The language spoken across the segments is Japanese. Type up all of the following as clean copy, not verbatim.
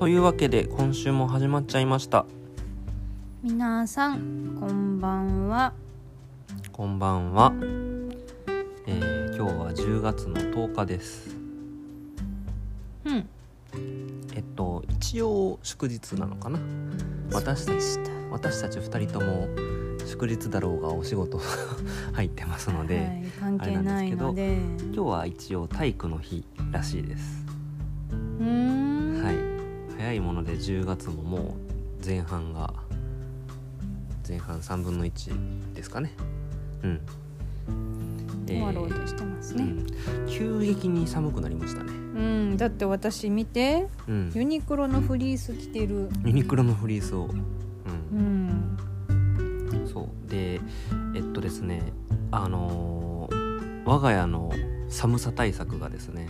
いうわけで今週も始まっちゃいました。 皆さんこんばんは。 こんばんは。今日は10月の10日です。一応祝日なのかな。私たち2人とも祝日だろうがお仕事入ってますので、 関係ないので今日は一応体育の日らしいです。はい、早いもので10月ももう前半3分の1ですかね。 終わろうとしてますね。 急激に寒くなりましたね。 だって私見て、ユニクロのフリース着てる。 ユニクロのフリースをそうでですね、我が家の寒さ対策がですね、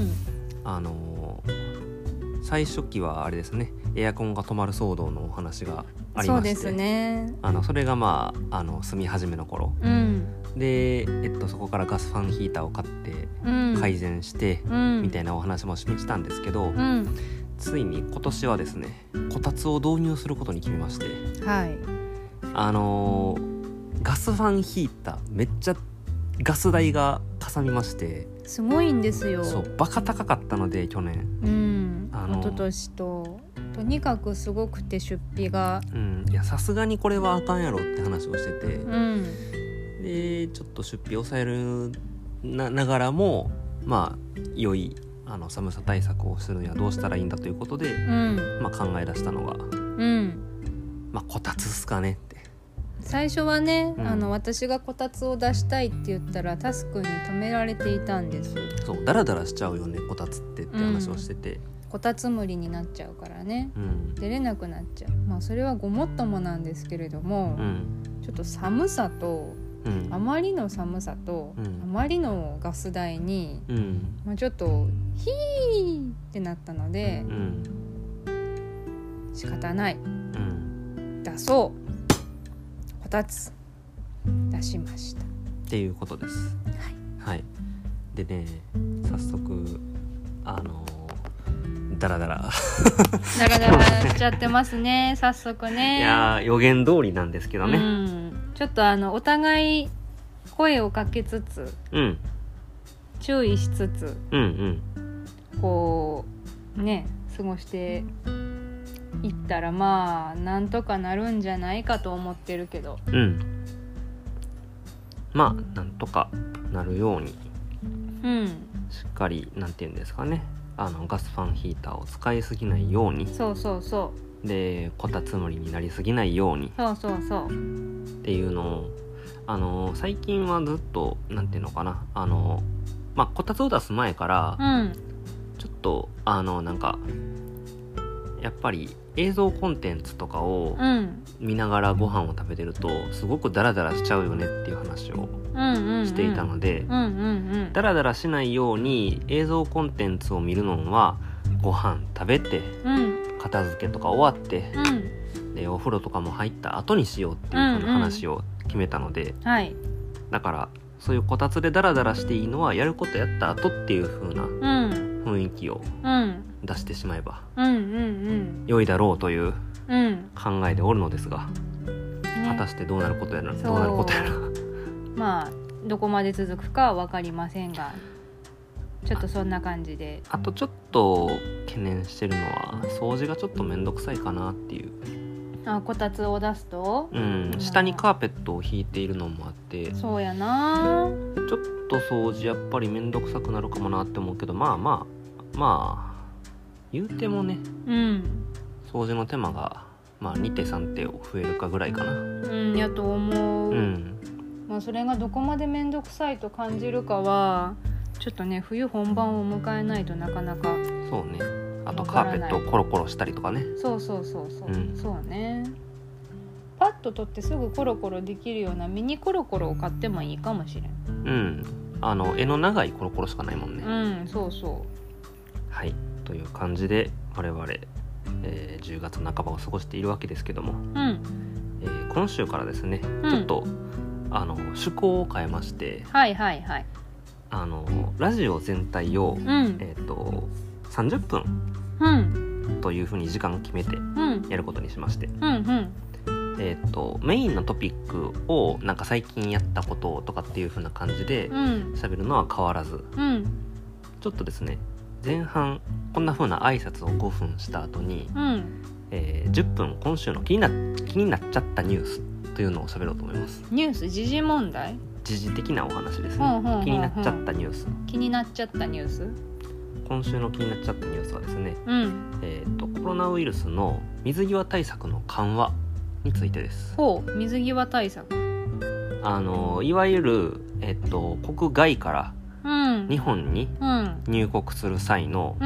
最初期はあれですね、エアコンが止まる騒動のお話がありまして、そうですね、それが住み始めの頃、で、そこからガスファンヒーターを買って改善して、みたいなお話もしたんですけど、ついに今年はですね、こたつを導入することに決めまして、ガスファンヒーターめっちゃガス代がかさみまして、 すごいんですよ。 そうバカ高かったので去年、 一昨年とにかくすごくて出費が、 いやさすがにこれはあかんやろって話をしてて、でちょっと出費抑える ながらも良い寒さ対策をするにはどうしたらいいんだということで、考え出したのが、こたつっすかねって。 最初はね、私がこたつを出したいって言ったらタスクに止められていたんです。 そうダラダラしちゃうよねこたつって話をしてて、 こたつ無理になっちゃうからね、出れなくなっちゃう。それはごもっともなんですけれども、ちょっと寒さと、あまりの寒さと、あまりのガス代に、ちょっとヒーってなったので、仕方ない、出そうこたつ出しましたっていうことです。はい。でね、早速ダラダラしちゃってますね早速ね。 いや予言通りなんですけどね、 ちょっとお互い声をかけつつ、注意しつつ、こうね過ごしていったらなんとかなるんじゃないかと思ってるけど、 なんとかなるように、しっかりなんていうんですかね、ガスファンヒーターを使いすぎないように、でこたつむりになりすぎないように、っていうのを最近はずっとなんていうのかな、こたつを出す前から、ちょっとなんかやっぱり映像コンテンツとかを見ながらご飯を食べてるとすごくダラダラしちゃうよねっていう話をしていたので、ダラダラしないように映像コンテンツを見るのはご飯食べて、片付けとか終わって、でお風呂とかも入った後にしようっていう風な話を決めたので、だからそういうこたつでダラダラしていいのはやることやった後っていう風な雰囲気を出してしまえば良いだろうという考えでおるのですが、果たしてどうなることやらどこまで続くかは分かりませんが、ちょっとそんな感じで。 あとちょっと懸念してるのは掃除がちょっとめんどくさいかなっていう。 こたつを出すと、 下にカーペットを引いているのもあって、 そうやな、 ちょっと掃除やっぱりめんどくさくなるかもなって思うけど、言うてもね、掃除の手間が2手3手を増えるかぐらいかな。 やと思う。それがどこまでめんどくさいと感じるかはちょっとね、冬本番を迎えないとなかなか。 そうね。あとカーペットをコロコロしたりとかね。 そうね。パッと取ってすぐコロコロできるようなミニコロコロを買ってもいいかもしれん。 柄の長いコロコロしかないもんね。はい、という感じで我々、10月半ばを過ごしているわけですけども、今週からですね、ちょっと趣向を変えまして、ラジオ全体を、30分というふうに時間を決めてやることにしまして、 うんうんメインのトピックをなんか最近やったこととかっていう風な感じで喋るのは変わらず、ちょっとですね前半こんな風な挨拶を5分した後に、10分今週の気になっちゃったニュースというのを喋ろうと思います。 ニュース、時事問題、 時事的なお話ですね。気になっちゃったニュース、 気になっちゃったニュース、 今週の気になっちゃったニュースはですね、コロナウイルスの水際対策の緩和についてです。 水際対策、 いわゆる、国外から日本に入国する際の、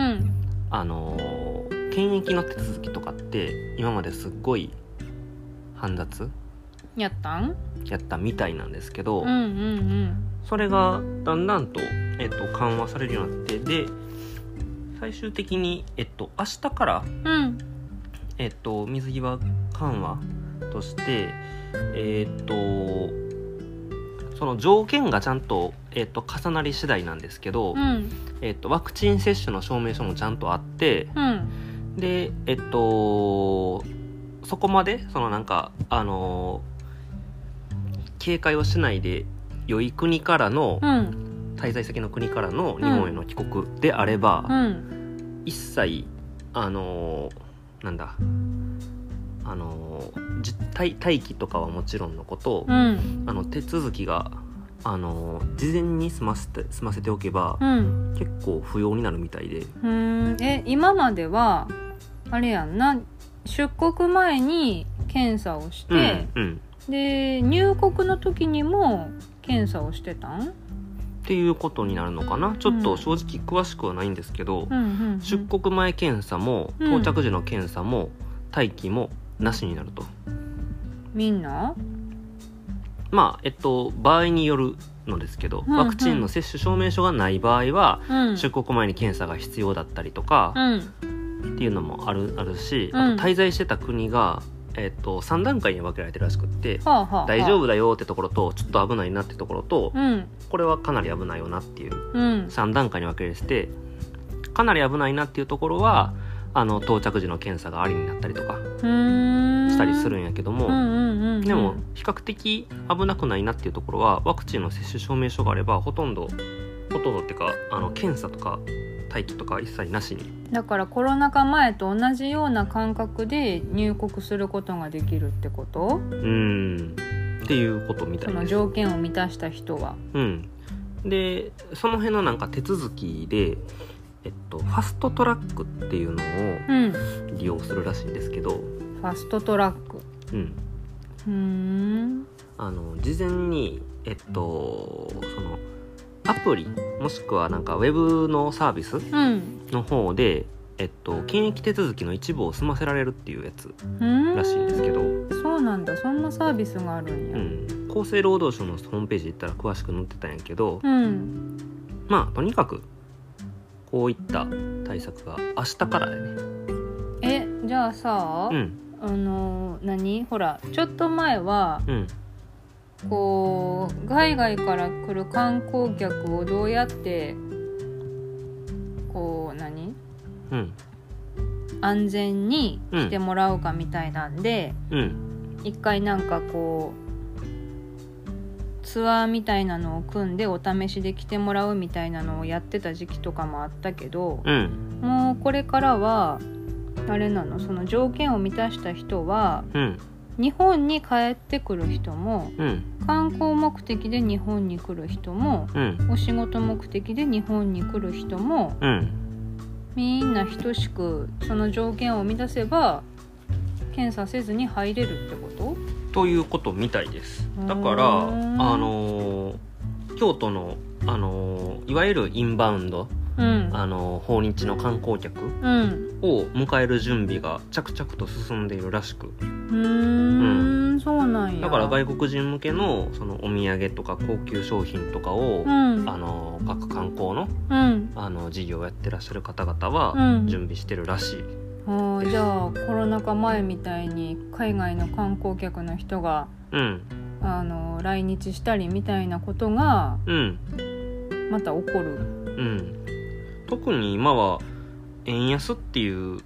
検疫の手続きとかって今まですっごい煩雑やったみたいなんですけど、それがだんだんと、緩和されるようになって、で最終的に、明日から、水際緩和として、その条件がちゃんと、重なり次第なんですけど、ワクチン接種の証明書もちゃんとあって、でそこまでそのなんか警戒をしないで良い国からの、滞在先の国からの日本への帰国であれば、一切待機とかはもちろんのこと、手続きが事前に済ませておけば、結構不要になるみたいで、 今まではあれやんな、出国前に検査をして、で入国の時にも検査をしてたんっていうことになるのかな。ちょっと正直詳しくはないんですけど、出国前検査も到着時の検査も待機もなしになると。 みんな場合によるのですけど、ワクチンの接種証明書がない場合は、出国前に検査が必要だったりとか、っていうのもあるし、あと滞在してた国が、3段階に分けられてるらしくって、大丈夫だよってところとちょっと危ないなってところと、これはかなり危ないよなっていう、3段階に分けられてて、かなり危ないなっていうところは到着時の検査がありになったりとかしたりするんやけども、でも比較的危なくないなっていうところはワクチンの接種証明書があればほとんどっていうか検査とか待機とか一切なしに。 だからコロナ禍前と同じような感覚で入国することができるってこと？ っていうことみたいです。 その条件を満たした人は。 でその辺のなんか手続きで、ファストトラックっていうのを利用するらしいんですけど、 ファストトラック。 事前にそのアプリもしくはなんかウェブのサービスの方で、検疫手続きの一部を済ませられるっていうやつらしいんですけど。 そうなんだ、そんなサービスがあるんや。 厚生労働省のホームページ行ったら詳しく載ってたんやけど、とにかくこういった対策が明日からやね。 じゃあさ、ほらちょっと前は、こう海外から来る観光客をどうやってこう安全に来てもらうかみたいなんで、一回なんかこうツアーみたいなのを組んでお試しで来てもらうみたいなのをやってた時期とかもあったけど、もうこれからはあれなの、その条件を満たした人は、日本に帰ってくる人も、観光目的で日本に来る人も、お仕事目的で日本に来る人も、みんな等しくその条件を満たせば検査せずに入れるってこと？ ということみたいです。だから京都のいわゆるインバウンド、訪日の観光客を迎える準備が着々と進んでいるらしく、 そうなんや。 だから外国人向けのそのお土産とか高級商品とかを、各観光の、事業をやってらっしゃる方々は準備してるらしい。 じゃあコロナ禍前みたいに海外の観光客の人が、来日したりみたいなことが、また起こる。 特に今は円安っていう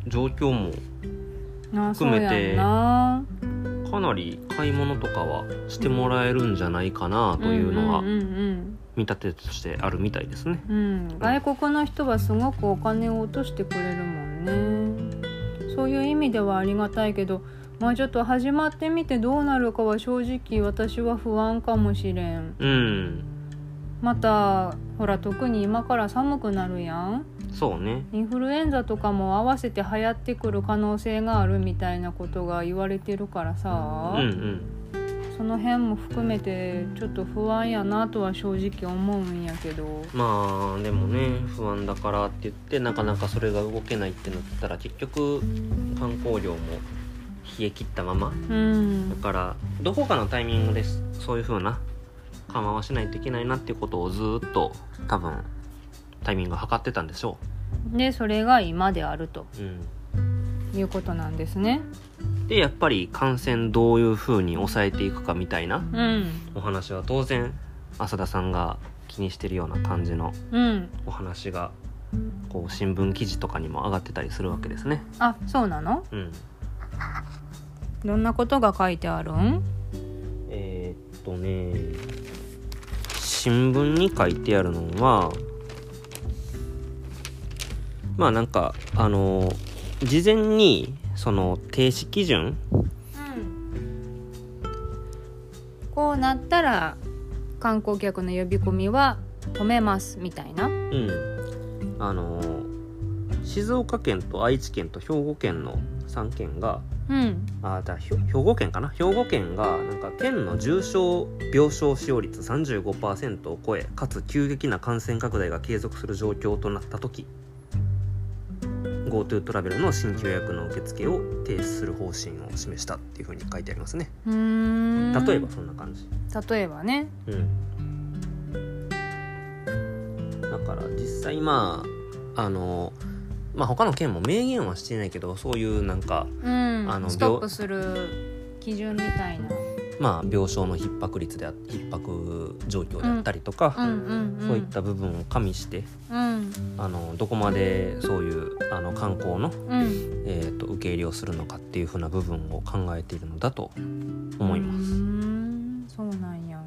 状況も含めてかなり買い物とかはしてもらえるんじゃないかなというのは見立てとしてあるみたいですね、 外国の人はすごくお金を落としてくれるもんね。そういう意味ではありがたいけど、ちょっと始まってみてどうなるかは正直私は不安かもしれん。またほら特に今から寒くなるやん。 そうね。 インフルエンザとかも合わせて流行ってくる可能性があるみたいなことが言われてるからさ、その辺も含めてちょっと不安やなとは正直思うんやけど、 まあでもね、不安だからって言ってなかなかそれが動けないってなったら結局観光業も冷え切ったまま、だからどこかのタイミングでそういう風な緩和はしないといけないなっていうことをずっと多分タイミングを測ってたんでしょう。でそれが今であると、いうことなんですね。 でやっぱり感染どういう風に抑えていくかみたいな、お話は当然浅田さんが気にしてるような感じのお話がこう新聞記事とかにも上がってたりするわけですね。 あ、そうなの？どんなことが書いてあるん？ 新聞に書いてあるのはまあなんか事前にその停止基準、 こうなったら観光客の呼び込みは止めますみたいな、 静岡県と愛知県と兵庫県の3県が、兵庫県かな、兵庫県がなんか県の重症病床使用率 35% を超えかつ急激な感染拡大が継続する状況となった時、GoTo トラベルの新規予約の受付を停止する方針を示したっていう風に書いてありますね。例えばそんな感じ。 例えばね。 だから実際他の県も明言はしてないけど、そういうなんか、 ストップする基準みたいな、 病床の逼迫状況であったりとか、そういった部分を加味して、どこまでそういう観光の、受け入れをするのかっていう風な部分を考えているのだと思います。 そうなんや。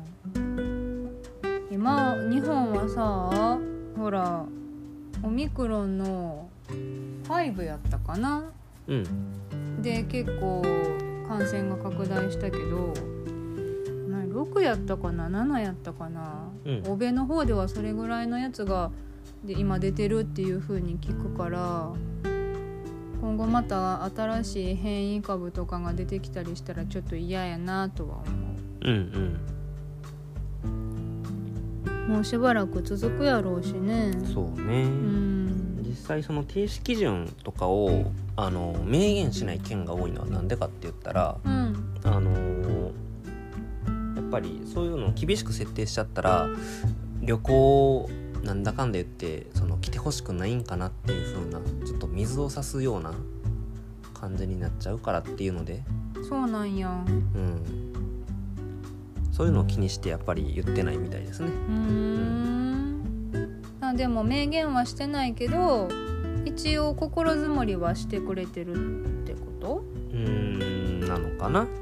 今日本はさ、ほらオミクロンの5やったかな、で結構感染が拡大したけど、6やったかな7やったかな、欧米の方ではそれぐらいのやつが今出てるっていう風に聞くから、今後また新しい変異株とかが出てきたりしたらちょっと嫌やなとは思う。もうしばらく続くやろうしね。 そうね、実際その停止基準とかを明言しない県が多いのはなんでかって言ったら、やっぱりそういうのを厳しく設定しちゃったら旅行なんだかんだ言って来てほしくないんかなっていう風なちょっと水を差すような感じになっちゃうからっていうので。 そうなんや。 そういうのを気にしてやっぱり言ってないみたいですね。 でも明言はしてないけど一応心づもりはしてくれてるってこと？ なのかな。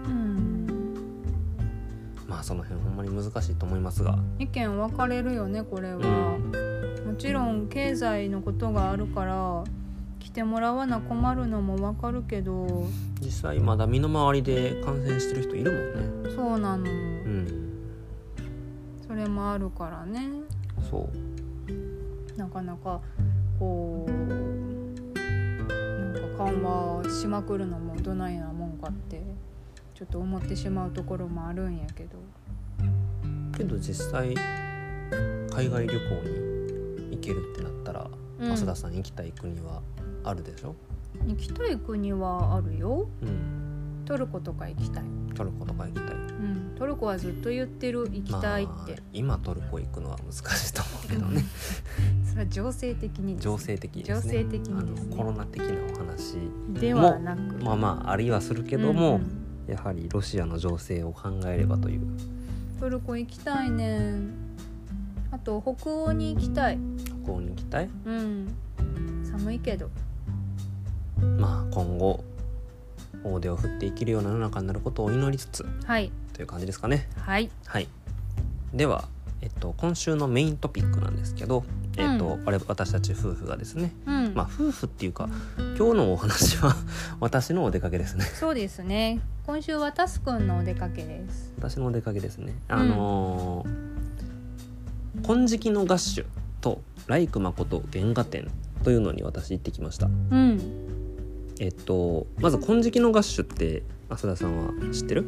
その辺ほんまに難しいと思いますが、 意見分かれるよねこれは。もちろん経済のことがあるから来てもらわな困るのも分かるけど、 実際まだ身の回りで感染してる人いるもんね。 そうなの、それもあるからね。なかなかこうなんか緩和しまくるのもどないなもんかってちょっと思ってしまうところもあるんやけど、 実際海外旅行に行けるってなったら、増田さん行きたい国はあるでしょ？ 行きたい国はあるよ、トルコとか行きたい。 トルコはずっと言ってる、行きたいって、 今トルコ行くのは難しいと思うけどねそれは情勢的にですね。 情勢的ですね。コロナ的なお話ではなく、 ありはするけども、やはりロシアの情勢を考えればという。 トルコ行きたいね。あと北欧に行きたい。 北欧に行きたい？ 寒いけど。 まあ今後大手を振っていけるような世の中になることを祈りつつ、 はい、 という感じですかね。 はい、 はい、では、今週のメイントピックなんですけど、私たち夫婦がですね、まあ夫婦っていうか今日のお話は私のお出かけですね。 そうですね、今週はタスくんのお出かけです。 私のお出かけですね。金色のガッシュとライク誠原画展というのに私行ってきました。まず金色のガッシュって浅田さんは知ってる？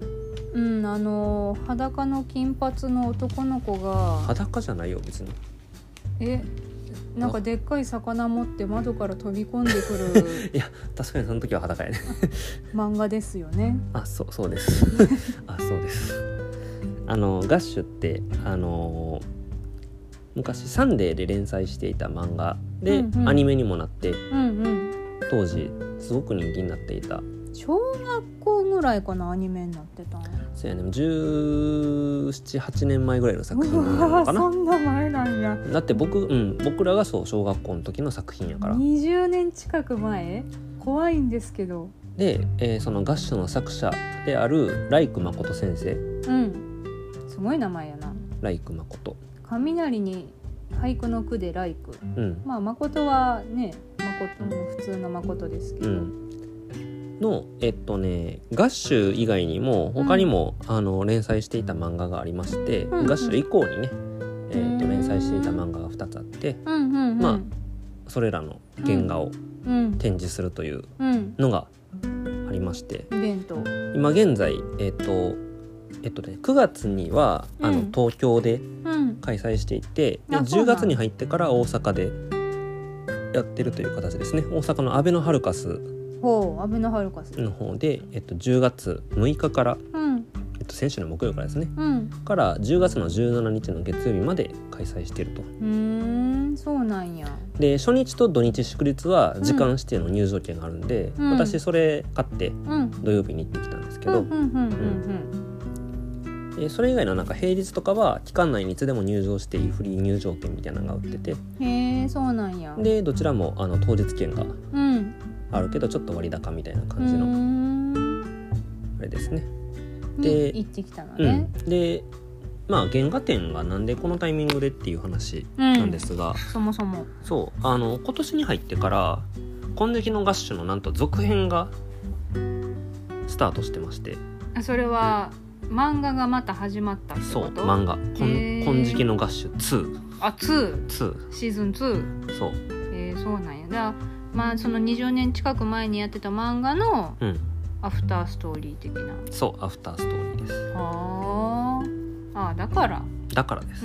裸の金髪の男の子が。 裸じゃないよ別に。 なんかでっかい魚持って窓から飛び込んでくるいや確かにその時は裸やね漫画ですよね。 そうですそうです。ガッシュって昔サンデーで連載していた漫画で、アニメにもなって、当時すごく人気になっていた。 小学校ぐらいかな、アニメになってたの。 そうやね、17、8年前ぐらいの作品なのかな。 そんな前なんや。 だって僕らが小学校の時の作品やから。 20年近く前？怖いんですけど。 で、そのガッシュの作者であるライク誠先生。 すごい名前やな。ライク誠。 雷に俳句の句でライク。まあ誠はね、誠の普通の誠ですけど。 のガッシュ以外にも他にも、連載していた漫画がありまして、ガッシュ以降にね、連載していた漫画が2つあって、まあそれらの原画を展示するというのがありまして、今現在9月には東京で開催していて、10月に入ってから大阪でやってるという形ですね。大阪のあべのハルカスの方で、10月6日から、先週の木曜日からですね、から10月の17日の月曜日まで開催していると。 そうなんや。 で初日と土日祝日は時間指定の入場券があるんで、私それ買って土曜日に行ってきたんですけど、それ以外のなんか平日とかは期間内にいつでも入場していいフリー入場券みたいなのが売ってて、 へー、そうなんや。 でどちらも当日券があるけどちょっと割高みたいな感じのあれですね。で行ってきたのね。 でまあ原画展がなんでこのタイミングでっていう話なんですが、 そもそもそう今年に入ってから金色のガッシュのなんと続編がスタートしてまして、 それは漫画がまた始まったってこと？ そう、漫画金色のガッシュ2。2 シーズン2。 そう。 そうなんや。だからまあその20年近く前にやってた漫画のアフターストーリー的な。 そう、アフターストーリーです。 だからです。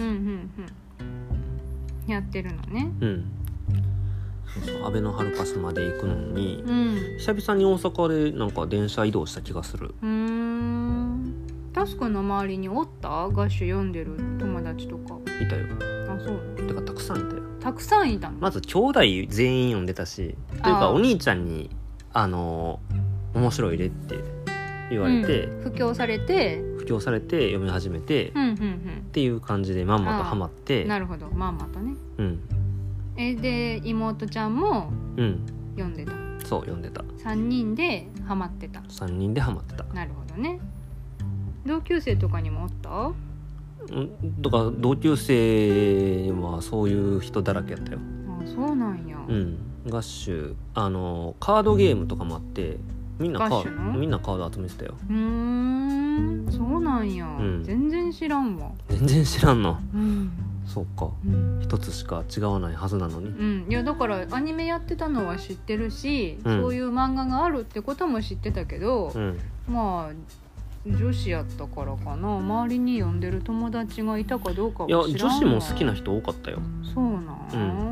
やってるのね。 そうあべのハルカスまで行くのに、久々に大阪でなんか電車移動した気がする。 タスクの周りにおった？ガッシュ読んでる友達とかいたよ。 そうてかたくさんいたよ。 たくさんいたの？ まず兄弟全員読んでたし、というかお兄ちゃんに面白いでって言われて、 布教されて読み始めて、っていう感じでまんまとハマって。 なるほど、まんまとね。で妹ちゃんも読んでた。 そう、読んでた。 3人でハマってた。なるほどね。同級生とかにもおった？ とか同級生はそういう人だらけやったよ。 そうなんや。 ガッシュカードゲームとかもあってみんなカード集めてたよ。 そうなんや。全然知らんわ。 全然知らんの。そうか、一つしか違わないはずなのに。 いやだからアニメやってたのは知ってるし、そういう漫画があるってことも知ってたけど、まあ女子やったからかな、周りに読んでる友達がいたかどうかは知らんわ。 いや女子も好きな人多かったよ。 そうなん、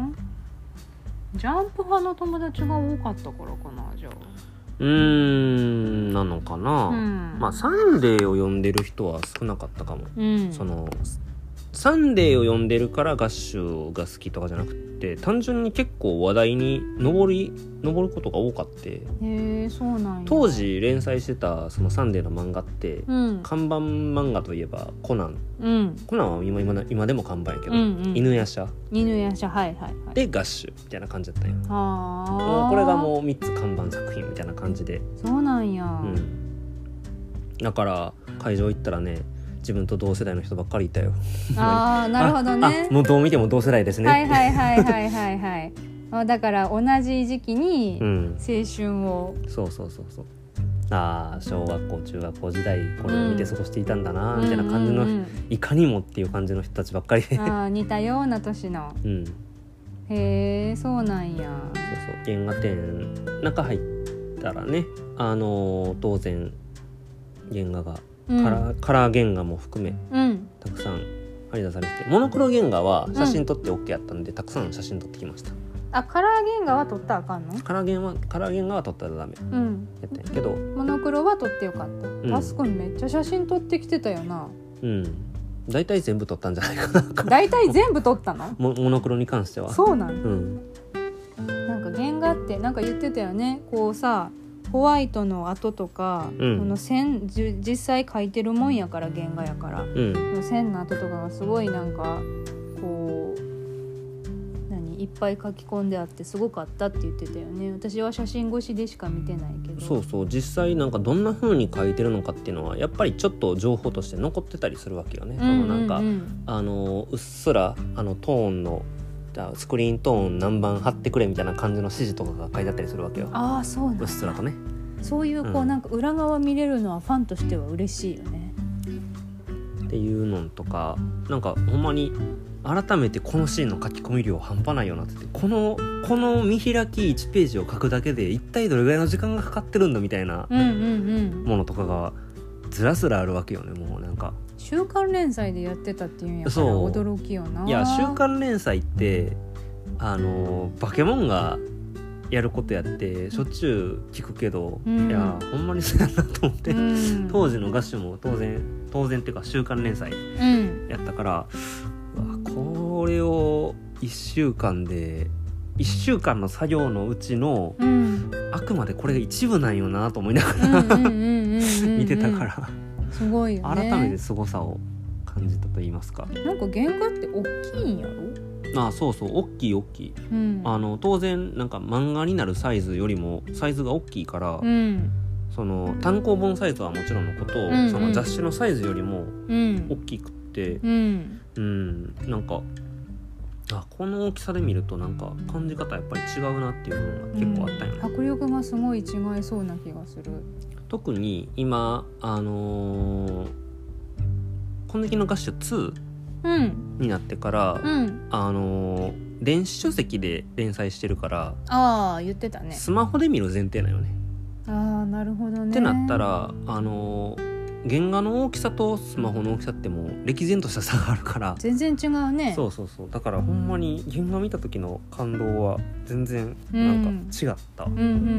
ジャンプ派の友達が多かったからかな。じゃあなのかな、まあサンデーを読んでる人は少なかったかも。そのサンデーを読んでるからガッシュが好きとかじゃなくって単純に結構話題に上ることが多かって、 そうなんや。 当時連載してたそのサンデーの漫画って、看板漫画といえばコナン、コナンは今でも看板やけど、犬夜叉、 はいはいはい、 でガッシュみたいな感じだったんよ。もうこれがもう3つ看板作品みたいな感じで。 そうなんや、 だから会場行ったらね、自分と同世代の人ばっかりいたよ。 なるほどね。 もうどう見ても同世代ですね。 はいだから同じ時期に青春を、 そう小学校中学校時代これを見て過ごしていたんだな、みたいな感じの、いかにもっていう感じの人たちばっかりで似たような年の、へえ、そうなんや。 原画展中入ったらね、当然原画がカラー原画も含め、たくさん張り出されてて、モノクロ原画は写真撮って OK やったんで、たくさん写真撮ってきました。 カラー原画は撮ったらあかんの？ カラー原画は撮ったらダメ、やったんやけど、 モノクロは撮ってよかった。タスくんめっちゃ写真撮ってきてたよな。 だいたい全部撮ったんじゃないかな。 だいたい全部撮ったの？ モノクロに関しては。 そうなん、なんか原画ってなんか言ってたよね。こうさ、ホワイトの跡とか、この線実際描いてるもんやから、原画やから、線の跡とかがすごいなんかこういっぱい書き込んであってすごかったって言ってたよね。私は写真越しでしか見てないけど、 実際なんかどんな風に書いてるのかっていうのはやっぱりちょっと情報として残ってたりするわけよね。なんかうっすらトーンのスクリーントーン何番貼ってくれみたいな感じの指示とかが書いてあったりするわけよ。 そうなんだ。 うっすらとね。 そういうこう、なんか裏側見れるのはファンとしては嬉しいよね。 っていうのとか、なんかほんまに改めてこのシーンの書き込み量半端ないよなってて、この見開き1ページを書くだけで一体どれぐらいの時間がかかってるんだみたいなものとかがずらずらあるわけよね。もうなんか週刊連載でやってたっていうんやから驚きよな。 いや、週刊連載ってバケモンがやることやってしょっちゅう聞くけど、いやほんまにそうやなと思って、当時のガッシュも当然っていうか週刊連載やったから、これを1週間の作業のうちの、あくまでこれが一部なんよなと思いながら見てたから、 すごいよね。 改めて凄さを感じたと言いますか。 なんか原画って大きいんやろ？ そう大きい、当然なんか漫画になるサイズよりもサイズが大きいから、その単行本サイズはもちろんのこと、その雑誌のサイズよりも大きくって、なんかこの大きさで見るとなんか感じ方やっぱり違うなっていうのが結構あったんよね。 迫力がすごい違いそうな気がする。 特に今金色のガッシュ2になってから、電子書籍で連載してるから、 言ってたね。 スマホで見る前提なよね。 なるほどね。 ってなったら原画の大きさとスマホの大きさってもう歴然とした差があるから全然違うね。 そうだからほんまに原画見た時の感動は全然なんか違った。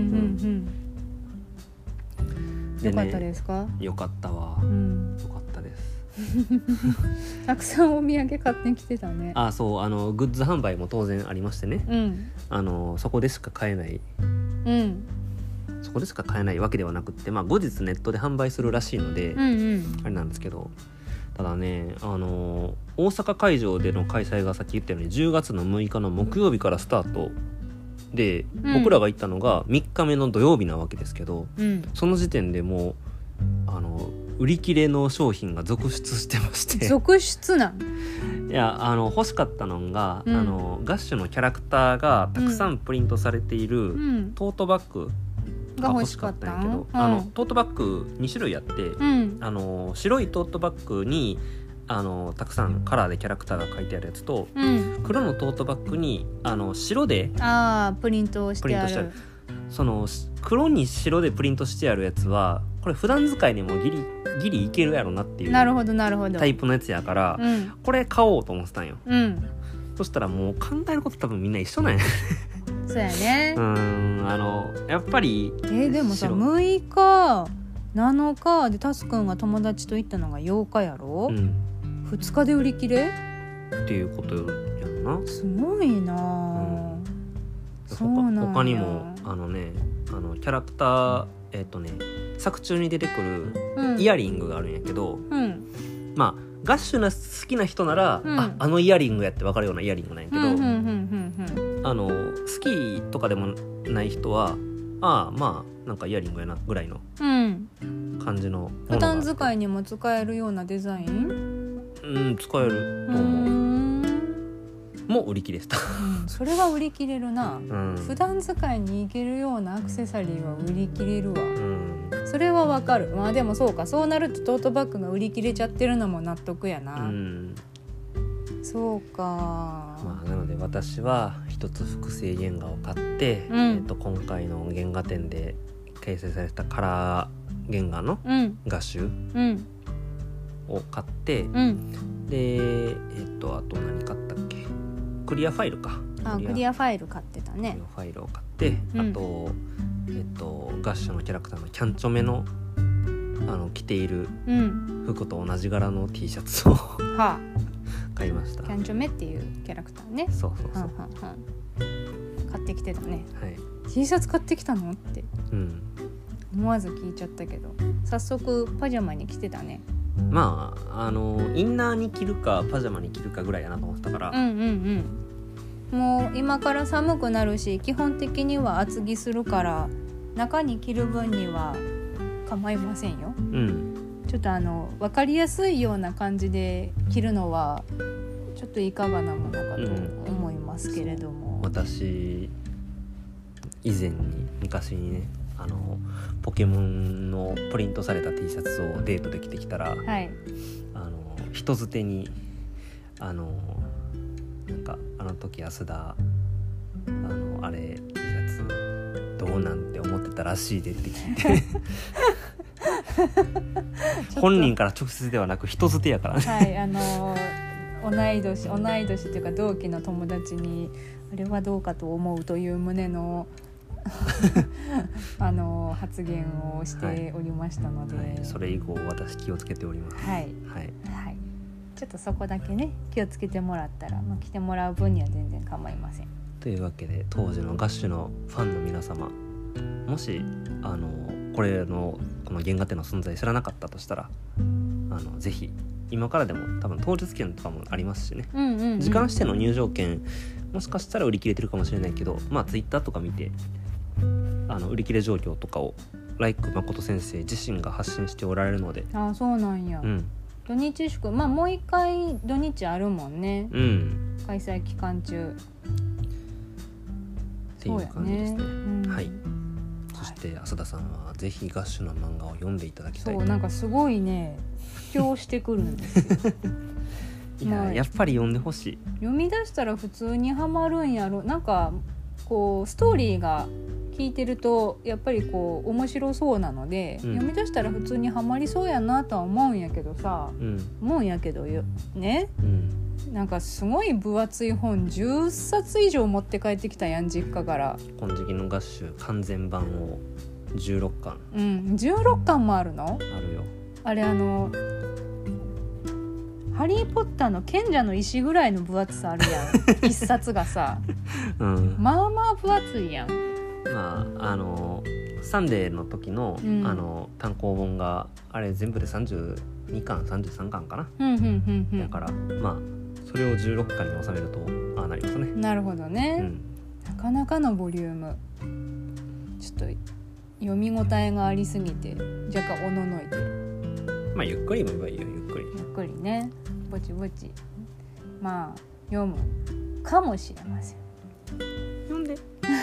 よかったですか？ よかったわ、よかったですたくさんお土産買ってきてたね。 そうグッズ販売も当然ありましてね、そこでしか買えない、そこでしか買えないわけではなくって、後日ネットで販売するらしいので、あれなんですけど、ただね大阪会場での開催がさっき言ったように10月の6日の木曜日からスタートで、僕らが行ったのが3日目の土曜日なわけですけど、その時点でもう売り切れの商品が続出してまして。 続出なん？ いや欲しかったのが、ガッシュのキャラクターがたくさんプリントされているトートバッグが欲しかったんやけど、トートバッグ2種類あって、白いトートバッグにたくさんカラーでキャラクターが書いてあるやつと、黒のトートバッグに白でプリントしてある。 その黒に白でプリントしてあるやつはこれ普段使いにもギリいけるやろなっていうタイプのやつやから、これ買おうと思ってたんよ、そしたらもう考えること多分みんな一緒なんやそうやね。 やっぱりでもさ6日7日でタスくんが友達と行ったのが8日やろ、2日で売り切れっていうことやんな。 すごいな。 他にもキャラクター作中に出てくるイヤリングがあるんやけど、まあガッシュな好きな人なら、あのイヤリングやって分かるようなイヤリングなんやけど、好きとかでもない人はまあなんかイヤリングやなぐらいの感じのものが、 普段使いにも使えるようなデザイン、 使えると思う。もう売り切れした、 それは売り切れるな、普段使いにいけるようなアクセサリーは売り切れるわ、それはわかる。まあでもそうか、そうなるとトートバッグが売り切れちゃってるのも納得やな、そうか。 まあなので私は一つ複製原画を買って、今回の原画展で掲載されたカラー原画の画集を買って、であと何買ったっけ、クリアファイルか。 クリアファイル買ってたね。 クリアファイルを買って、あとガッシュのキャラクターのキャンチョメの着ている服と同じ柄の T シャツを買いました。 キャンチョメっていうキャラクターね。 そう買ってきてたね、 はい、 T シャツ買ってきたのって、思わず聞いちゃったけど、早速パジャマに着てたね。 まあインナーに着るかパジャマに着るかぐらいやなと思ってたから、 もう今から寒くなるし、基本的には厚着するから中に着る分には構いませんよ、ちょっと分かりやすいような感じで着るのはちょっといかがなものかと思いますけれども、 私以前に昔にねポケモンのプリントされた T シャツをデートで着てきたら、人づてになんかあの時安田あれ T シャツどうなんて思ってたらしいでって聞いて本人から直接ではなく人づてやからね、 同い年というか同期の友達にあれはどうかと思うという旨の発言をしておりましたので、 それ以降私気をつけております。 ちょっとそこだけね気をつけてもらったら、来てもらう分には全然構いません。 というわけで当時のガッシュのファンの皆様、もしこの原画展の存在知らなかったとしたらぜひ今からでも多分当日券とかもありますしね、時間指定の入場券もしかしたら売り切れてるかもしれないけど、ツイッターとか見て売り切れ状況とかをライク誠先生自身が発信しておられるので。 そうなんや、土日祝、もう一回土日あるもんね、開催期間中っていう感じですね。そして浅田さんはぜひガッシュの漫画を読んでいただきたい。 なんかすごいね布教してくるんですよやっぱり読んでほしい。 読み出したら普通にハマるんやろ。なんかこうストーリーが聞いてるとやっぱりこう面白そうなので、読み出したら普通にハマりそうやなとは思うんやけどさ、思うんやけどね、なんかすごい分厚い本10冊以上持って帰ってきたやん、実家から。 金色のガッシュ完全版を16巻。 16巻もあるの？ あるよ。 あれハリーポッターの賢者の石ぐらいの分厚さあるやん一冊がさ、まあまあ分厚いやん。 サンデーの時の、単行本があれ全部で32巻33巻かな、だからそれを16巻に収めるとなりますね。 なるほどね、なかなかのボリューム。ちょっと読み応えがありすぎて若干おののいてる。 ゆっくり読めばいいよ。ゆっくりね、ぼちぼち読むかもしれません。 読んで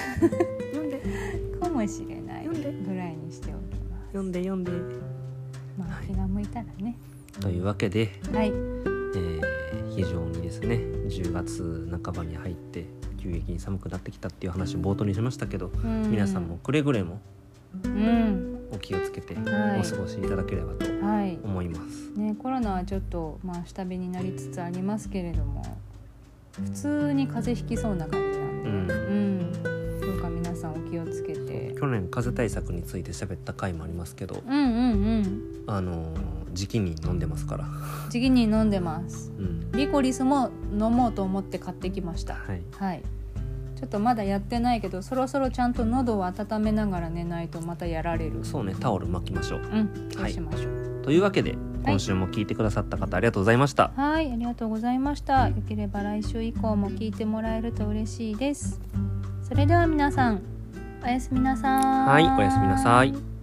かもしれないぐらいにしておきます。 読んで気が向いたらね。 というわけで、非常にですね10月半ばに入って急激に寒くなってきたっていう話を冒頭にしましたけど、皆さんもくれぐれもお気をつけてお過ごしいただければと思います、 コロナはちょっと下火になりつつありますけれども、普通に風邪ひきそうな感じなんで、どうか皆さんお気をつけて。 去年風邪対策について喋った回もありますけど、時期に飲んでますから。 時期に飲んでます、リコリスも飲もうと思って買ってきました。 ちょっとまだやってないけど、そろそろちゃんと喉を温めながら寝ないとまたやられる。 そうね、タオル巻きましょう。 そうしましょう。 というわけで今週も聞いてくださった方、ありがとうございました。 はい、ありがとうございました。よければ来週以降も聞いてもらえると嬉しいです。それでは皆さん、おやすみなさい。 はい、おやすみなさい。